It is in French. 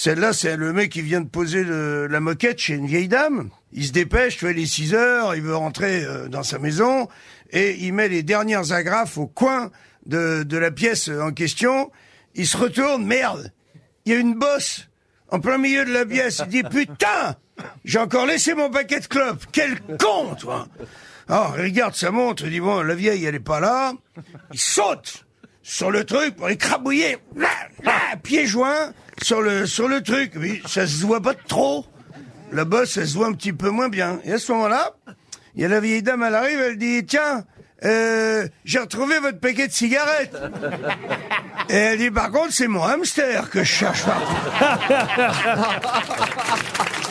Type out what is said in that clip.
Celle-là, c'est le mec qui vient de poser la moquette chez une vieille dame. Il se dépêche, tu vois, il est 6 heures, il veut rentrer dans sa maison, et il met les dernières agrafes au coin de la pièce en question. Il se retourne, merde, il y a une bosse en plein milieu de la pièce. Il dit, putain, j'ai encore laissé mon paquet de clopes. Quel con, toi. Alors, il regarde sa montre, il dit, bon, la vieille, elle est pas là. Il saute sur le truc pour écrabouiller, pieds joints sur le truc. Oui, ça se voit pas de trop. La bosse, elle se voit un petit peu moins bien. Et à ce moment-là, il y a la vieille dame, elle arrive, elle dit, tiens, j'ai retrouvé votre paquet de cigarettes. Et elle dit, par contre, c'est mon hamster que je cherche partout.